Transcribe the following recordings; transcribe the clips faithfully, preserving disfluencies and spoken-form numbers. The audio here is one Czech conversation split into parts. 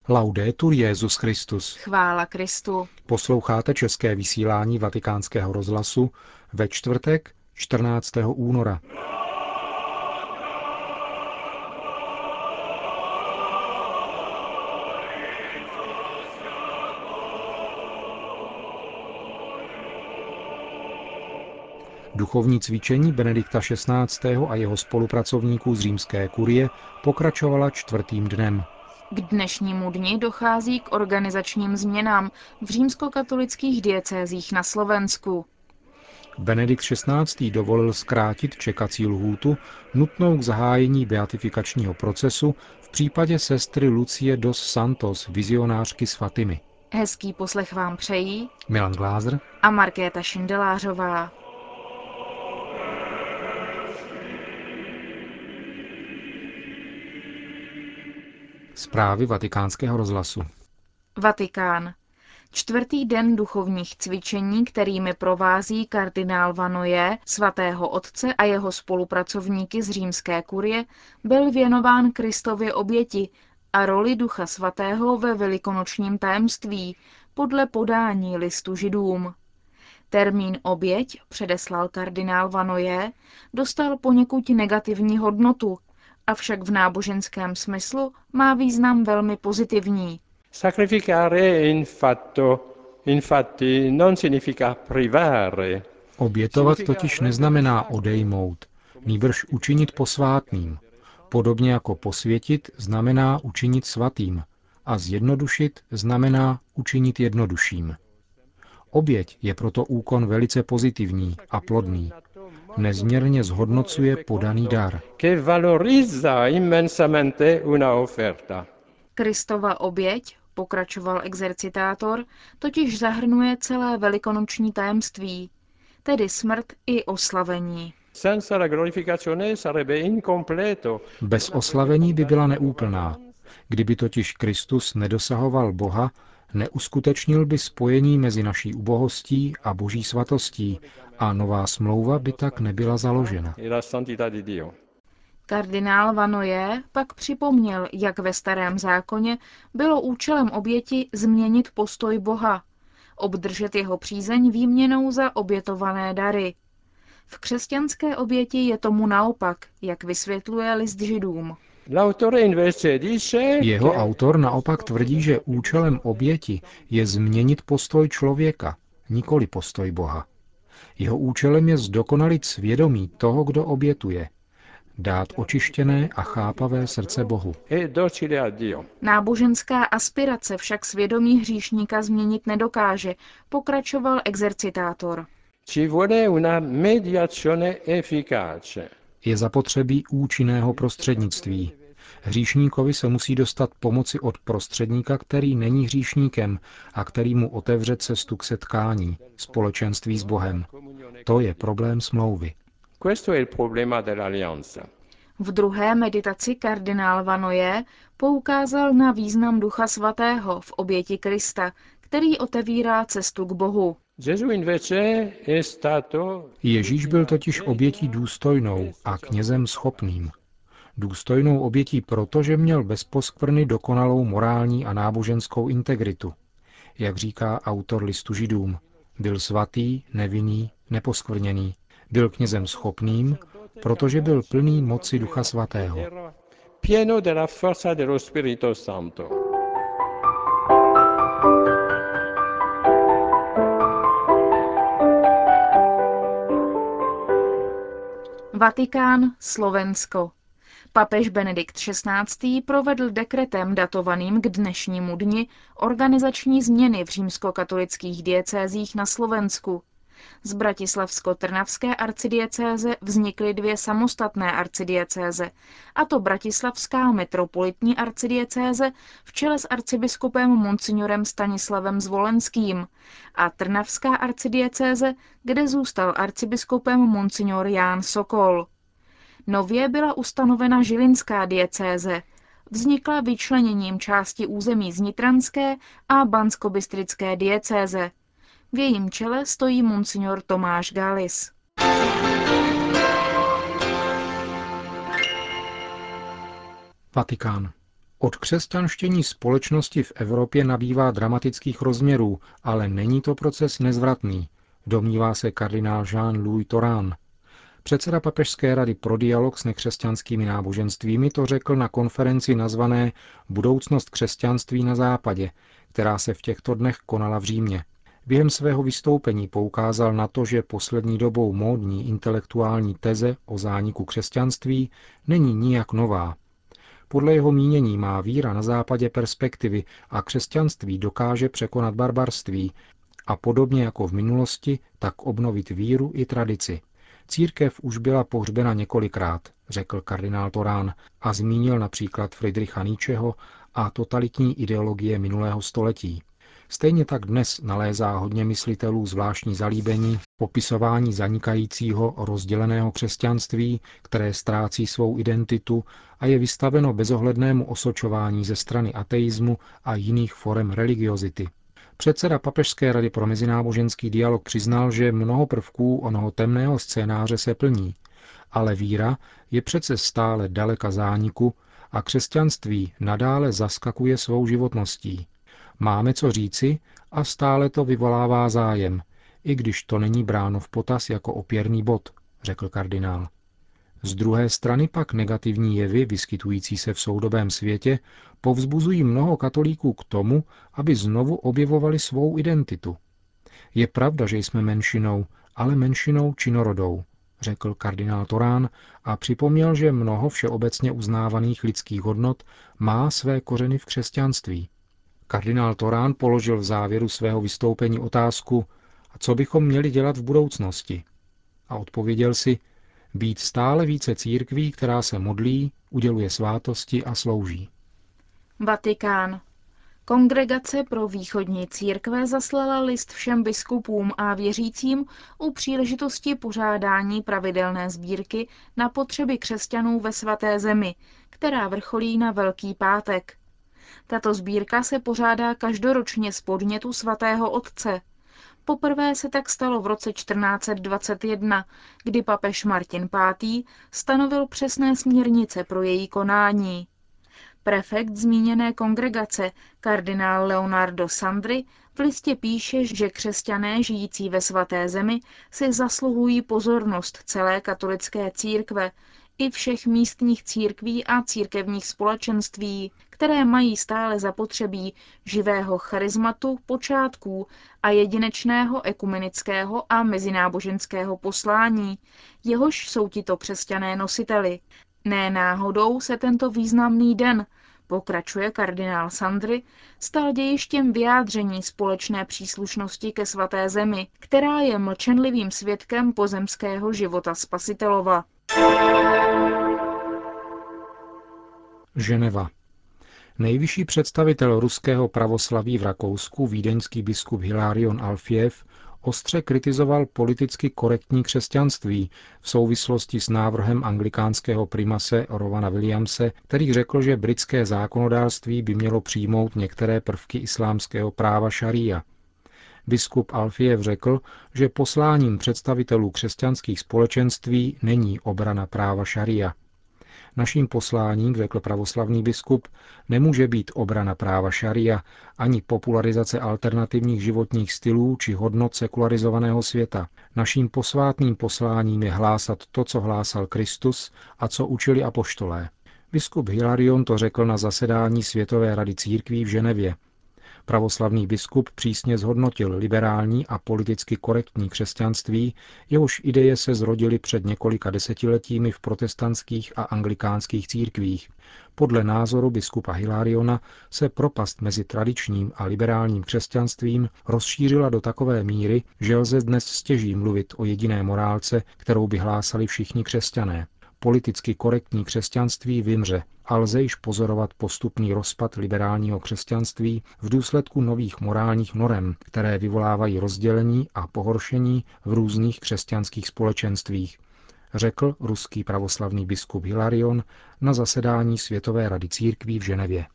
Laudetur Jesus Christus. Chvála Kristu. Posloucháte české vysílání Vatikánského rozhlasu ve čtvrtek čtrnáctého února. Duchovní cvičení Benedikta šestnáctého a jeho spolupracovníků z římské kurie pokračovala čtvrtým dnem. K dnešnímu dni dochází k organizačním změnám v římskokatolických diecézích na Slovensku. Benedikt šestnáctý dovolil zkrátit čekací lhůtu nutnou k zahájení beatifikačního procesu v případě sestry Lucie dos Santos, vizionářky z Fatimy. Hezký poslech vám přejí Milan Glázer a Markéta Šindelářová. Zprávy Vatikánského rozhlasu. Vatikán. Čtvrtý den duchovních cvičení, kterými provází kardinál Vanoje, svatého otce a jeho spolupracovníky z římské kurie, byl věnován Kristově oběti a roli Ducha svatého ve velikonočním tajemství podle podání listu Židům. Termín oběť, předeslal kardinál Vanoje, dostal poněkud negativní hodnotu, avšak v náboženském smyslu má význam velmi pozitivní. Sacrificare infatti, infatti non significa privare. Obětovat totiž neznamená odejmout, nýbrž učinit posvátným. Podobně jako posvětit znamená učinit svatým a zjednodušit znamená učinit jednodušším. Oběť je proto úkon velice pozitivní a plodný. Nezměrně zhodnocuje podaný dar. Kristova oběť, pokračoval exercitátor, totiž zahrnuje celé velikonoční tajemství, tedy smrt i oslavení. Bez oslavení by byla neúplná. Kdyby totiž Kristus nedosahoval Boha, neuskutečnil by spojení mezi naší ubohostí a boží svatostí a nová smlouva by tak nebyla založena. Kardinál Vanoje pak připomněl, jak ve Starém zákoně bylo účelem oběti změnit postoj Boha, obdržet jeho přízeň výměnou za obětované dary. V křesťanské oběti je tomu naopak, jak vysvětluje list Židům. Jeho autor naopak tvrdí, že účelem oběti je změnit postoj člověka, nikoli postoj Boha. Jeho účelem je zdokonalit svědomí toho, kdo obětuje, dát očištěné a chápavé srdce Bohu. Náboženská aspirace však svědomí hříšníka změnit nedokáže, pokračoval exercitátor. Je zapotřebí účinného prostřednictví. Hříšníkovi se musí dostat pomoci od prostředníka, který není hříšníkem a který mu otevře cestu k setkání, společenství s Bohem. To je problém smlouvy. V druhé meditaci kardinál Vanoje poukázal na význam Ducha svatého v oběti Krista, který otevírá cestu k Bohu. Ježíš byl totiž obětí důstojnou a knězem schopným. Důstojnou obětí proto, že měl bez poskvrny dokonalou morální a náboženskou integritu. Jak říká autor listu Židům, byl svatý, nevinný, neposkvrněný. Byl knězem schopným, protože byl plný moci Ducha svatého. Vatikán, Slovensko. Papež Benedikt šestnáctý provedl dekretem datovaným k dnešnímu dni organizační změny v římskokatolických diecézích na Slovensku. Z bratislavsko-trnavské arcidiecéze vznikly dvě samostatné arcidiecéze, a to bratislavská metropolitní arcidiecéze v čele s arcibiskupem monsignorem Stanislavem Zvolenským a trnavská arcidiecéze, kde zůstal arcibiskupem monsignor Ján Sokol. Nově byla ustanovena žilinská diecéze. Vznikla vyčleněním části území z nitranské a banskobystrické diecéze. V jejím čele stojí monsignor Tomáš Galis. Vatikán. Odkřesťanštění společnosti v Evropě nabývá dramatických rozměrů, ale není to proces nezvratný, domnívá se kardinál Jean-Louis Tauran. Předseda Papežské rady pro dialog s nekřesťanskými náboženstvími to řekl na konferenci nazvané Budoucnost křesťanství na západě, která se v těchto dnech konala v Římě. Během svého vystoupení poukázal na to, že poslední dobou módní intelektuální teze o zániku křesťanství není nijak nová. Podle jeho mínění má víra na západě perspektivy a křesťanství dokáže překonat barbarství a podobně jako v minulosti, tak obnovit víru i tradici. Církev už byla pohřbena několikrát, řekl kardinál Tauran a zmínil například Friedricha Nietzscheho a totalitní ideologie minulého století. Stejně tak dnes nalézá hodně myslitelů zvláštní zalíbení popisování zanikajícího rozděleného křesťanství, které ztrácí svou identitu a je vystaveno bezohlednému osočování ze strany ateismu a jiných forem religiozity. Předseda Papežské rady pro mezináboženský dialog přiznal, že mnoho prvků onoho temného scénáře se plní, ale víra je přece stále daleka zániku a křesťanství nadále zaskakuje svou životností. Máme co říci a stále to vyvolává zájem, i když to není bráno v potaz jako opěrný bod, řekl kardinál. Z druhé strany pak negativní jevy, vyskytující se v soudobém světě, povzbuzují mnoho katolíků k tomu, aby znovu objevovali svou identitu. Je pravda, že jsme menšinou, ale menšinou činorodou, řekl kardinál Tauran a připomněl, že mnoho všeobecně uznávaných lidských hodnot má své kořeny v křesťanství. Kardinál Tauran položil v závěru svého vystoupení otázku, co bychom měli dělat v budoucnosti. A odpověděl si, být stále více církví, která se modlí, uděluje svátosti a slouží. Vatikán. Kongregace pro východní církve zaslala list všem biskupům a věřícím u příležitosti pořádání pravidelné sbírky na potřeby křesťanů ve Svaté zemi, která vrcholí na Velký pátek. Tato sbírka se pořádá každoročně z podnětu svatého otce. Poprvé se tak stalo v roce čtrnáct set dvacet jedna, kdy papež Martin pátý stanovil přesné směrnice pro její konání. Prefekt zmíněné kongregace, kardinál Leonardo Sandri, v listě píše, že křesťané žijící ve Svaté zemi si zasluhují pozornost celé katolické církve i všech místních církví a církevních společenství, které mají stále zapotřebí živého charizmatu, počátků a jedinečného ekumenického a mezináboženského poslání, jehož jsou tito křesťané nositeli. Ne náhodou se tento významný den, pokračuje kardinál Sandri, stal dějištěm vyjádření společné příslušnosti ke Svaté zemi, která je mlčenlivým svědkem pozemského života Spasitelova. Ženeva. Nejvyšší představitel ruského pravoslaví v Rakousku, vídeňský biskup Hilarion Alfiev, ostře kritizoval politicky korektní křesťanství v souvislosti s návrhem anglikánského primase Rovana Williamse, který řekl, že britské zákonodárství by mělo přijmout některé prvky islámského práva šaría. Biskup Alfiev řekl, že posláním představitelů křesťanských společenství není obrana práva šaría. Naším posláním, řekl pravoslavný biskup, nemůže být obrana práva šaria ani popularizace alternativních životních stylů či hodnot sekularizovaného světa. Naším posvátným posláním je hlásat to, co hlásal Kristus a co učili apoštolé. Biskup Hilarion to řekl na zasedání Světové rady církví v Ženevě. Pravoslavný biskup přísně zhodnotil liberální a politicky korektní křesťanství, jehož ideje se zrodily před několika desetiletími v protestantských a anglikánských církvích. Podle názoru biskupa Hilariona se propast mezi tradičním a liberálním křesťanstvím rozšířila do takové míry, že lze dnes stěží mluvit o jediné morálce, kterou by hlásali všichni křesťané. Politicky korektní křesťanství vymře a lze již pozorovat postupný rozpad liberálního křesťanství v důsledku nových morálních norem, které vyvolávají rozdělení a pohoršení v různých křesťanských společenstvích, řekl ruský pravoslavný biskup Hilarion na zasedání Světové rady církví v Ženevě.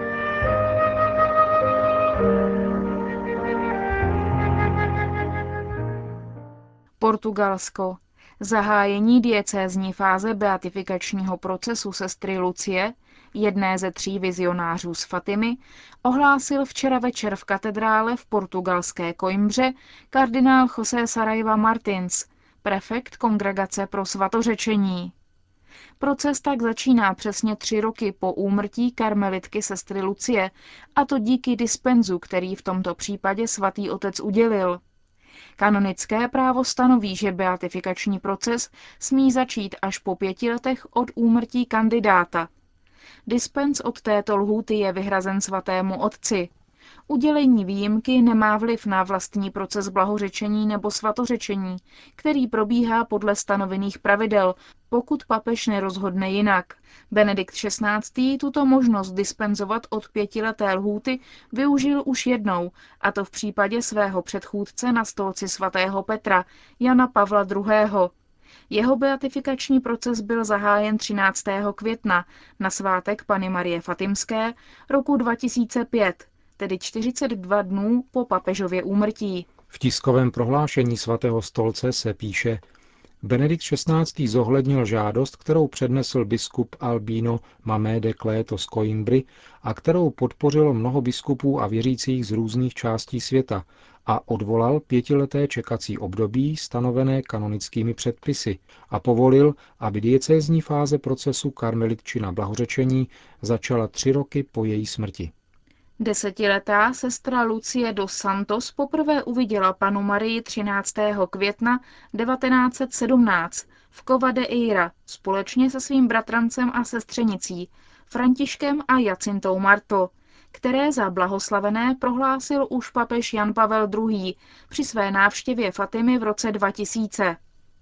Portugalsko. Zahájení diecézní fáze beatifikačního procesu sestry Lucie, jedné ze tří vizionářů z Fatimy, ohlásil včera večer v katedrále v portugalské Coimbře kardinál José Saraiva Martins, prefekt Kongregace pro svatořečení. Proces tak začíná přesně tři roky po úmrtí karmelitky sestry Lucie, a to díky dispenzu, který v tomto případě svatý otec udělil. Kanonické právo stanoví, že beatifikační proces smí začít až po pěti letech od úmrtí kandidáta. Dispens od této lhůty je vyhrazen svatému otci. Udělení výjimky nemá vliv na vlastní proces blahořečení nebo svatořečení, který probíhá podle stanovených pravidel, pokud papež nerozhodne jinak. Benedikt šestnáctý. Tuto možnost dispenzovat od pětileté lhůty využil už jednou, a to v případě svého předchůdce na stolci svatého Petra, Jana Pavla druhého. Jeho beatifikační proces byl zahájen třináctého května na svátek Panny Marie Fatimské roku dva tisíce pět, tedy čtyřicet dva dnů po papežově úmrtí. V tiskovém prohlášení svatého stolce se píše: Benedikt šestnáctý. Zohlednil žádost, kterou přednesl biskup Albino Mamé de Cleto z Coimbry a kterou podpořilo mnoho biskupů a věřících z různých částí světa, a odvolal pětileté čekací období stanovené kanonickými předpisy a povolil, aby diecézní fáze procesu karmelitči na blahořečení začala tři roky po její smrti. Desetiletá sestra Lucie dos Santos poprvé uviděla Pannu Marii třináctého května devatenáct set sedmnáct v Cova de Eira společně se svým bratrancem a sestřenicí Františkem a Jacintou Marto, které za blahoslavené prohlásil už papež Jan Pavel druhý. při své návštěvě Fatimy v roce dva tisíce.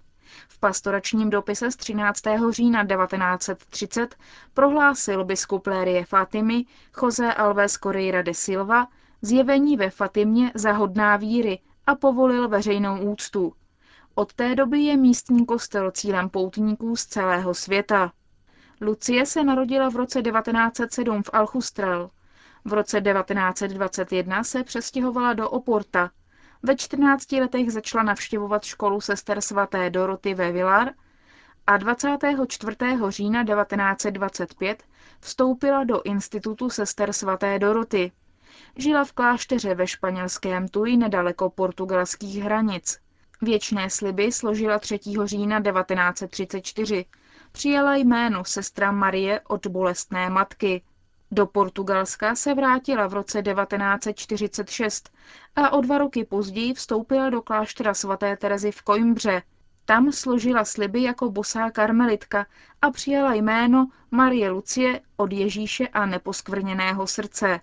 V pastoračním dopise z třináctého října devatenáct set třicet prohlásil biskup Lérie Fatimy José Alves Correira de Silva zjevení ve Fatimě za hodná víry a povolil veřejnou úctu. Od té doby je místní kostel cílem poutníků z celého světa. Lucie se narodila v roce devatenáct set sedm v Aljustrel. V roce devatenáct set dvacet jedna se přestěhovala do Oporta. Ve čtrnácti letech začala navštěvovat školu sester svaté Doroty ve Vilar a dvacátého čtvrtého října devatenáct set dvacet pět vstoupila do institutu sester svaté Doroty. Žila v klášteře ve španělském Tui nedaleko portugalských hranic. Věčné sliby složila třetího října devatenáct set třicet čtyři. Přijala jméno sestra Marie od bolestné matky. Do Portugalska se vrátila v roce devatenáct set čtyřicet šest a o dva roky později vstoupila do kláštera svaté Terezy v Coimbře. Tam složila sliby jako bosá karmelitka a přijala jméno Marie Lucie od Ježíše a neposkvrněného srdce.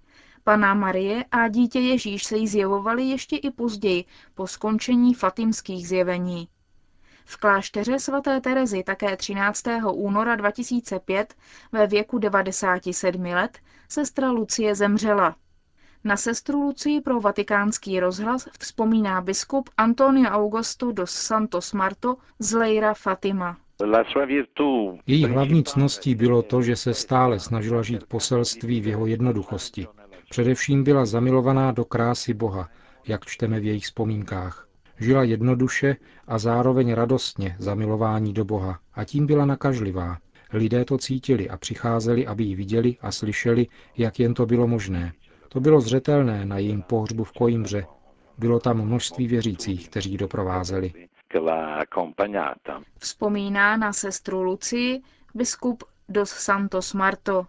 Panna Marie a dítě Ježíš se jí zjevovali ještě i později, po skončení fatimských zjevení. V klášteře svaté Terezy také třináctého února dva tisíce pět ve věku devadesáti sedmi let sestra Lucie zemřela. Na sestru Lucii pro vatikánský rozhlas vzpomíná biskup Antonio Augusto dos Santos Marto z Leira Fatima. Její hlavní cností bylo to, že se stále snažila žít poselství v jeho jednoduchosti. Především byla zamilovaná do krásy Boha, jak čteme v jejich vzpomínkách. Žila jednoduše a zároveň radostně zamilování do Boha a tím byla nakažlivá. Lidé to cítili a přicházeli, aby ji viděli a slyšeli, jak jen to bylo možné. To bylo zřetelné na jejím pohřbu v Coimbře. Bylo tam množství věřících, kteří ji doprovázeli. Vzpomíná na sestru Lucii biskup dos Santos Marto.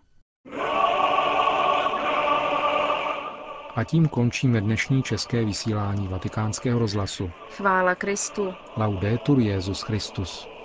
A tím končíme dnešní české vysílání Vatikánského rozhlasu. Chvála Kristu. Laudetur Jesus Christus.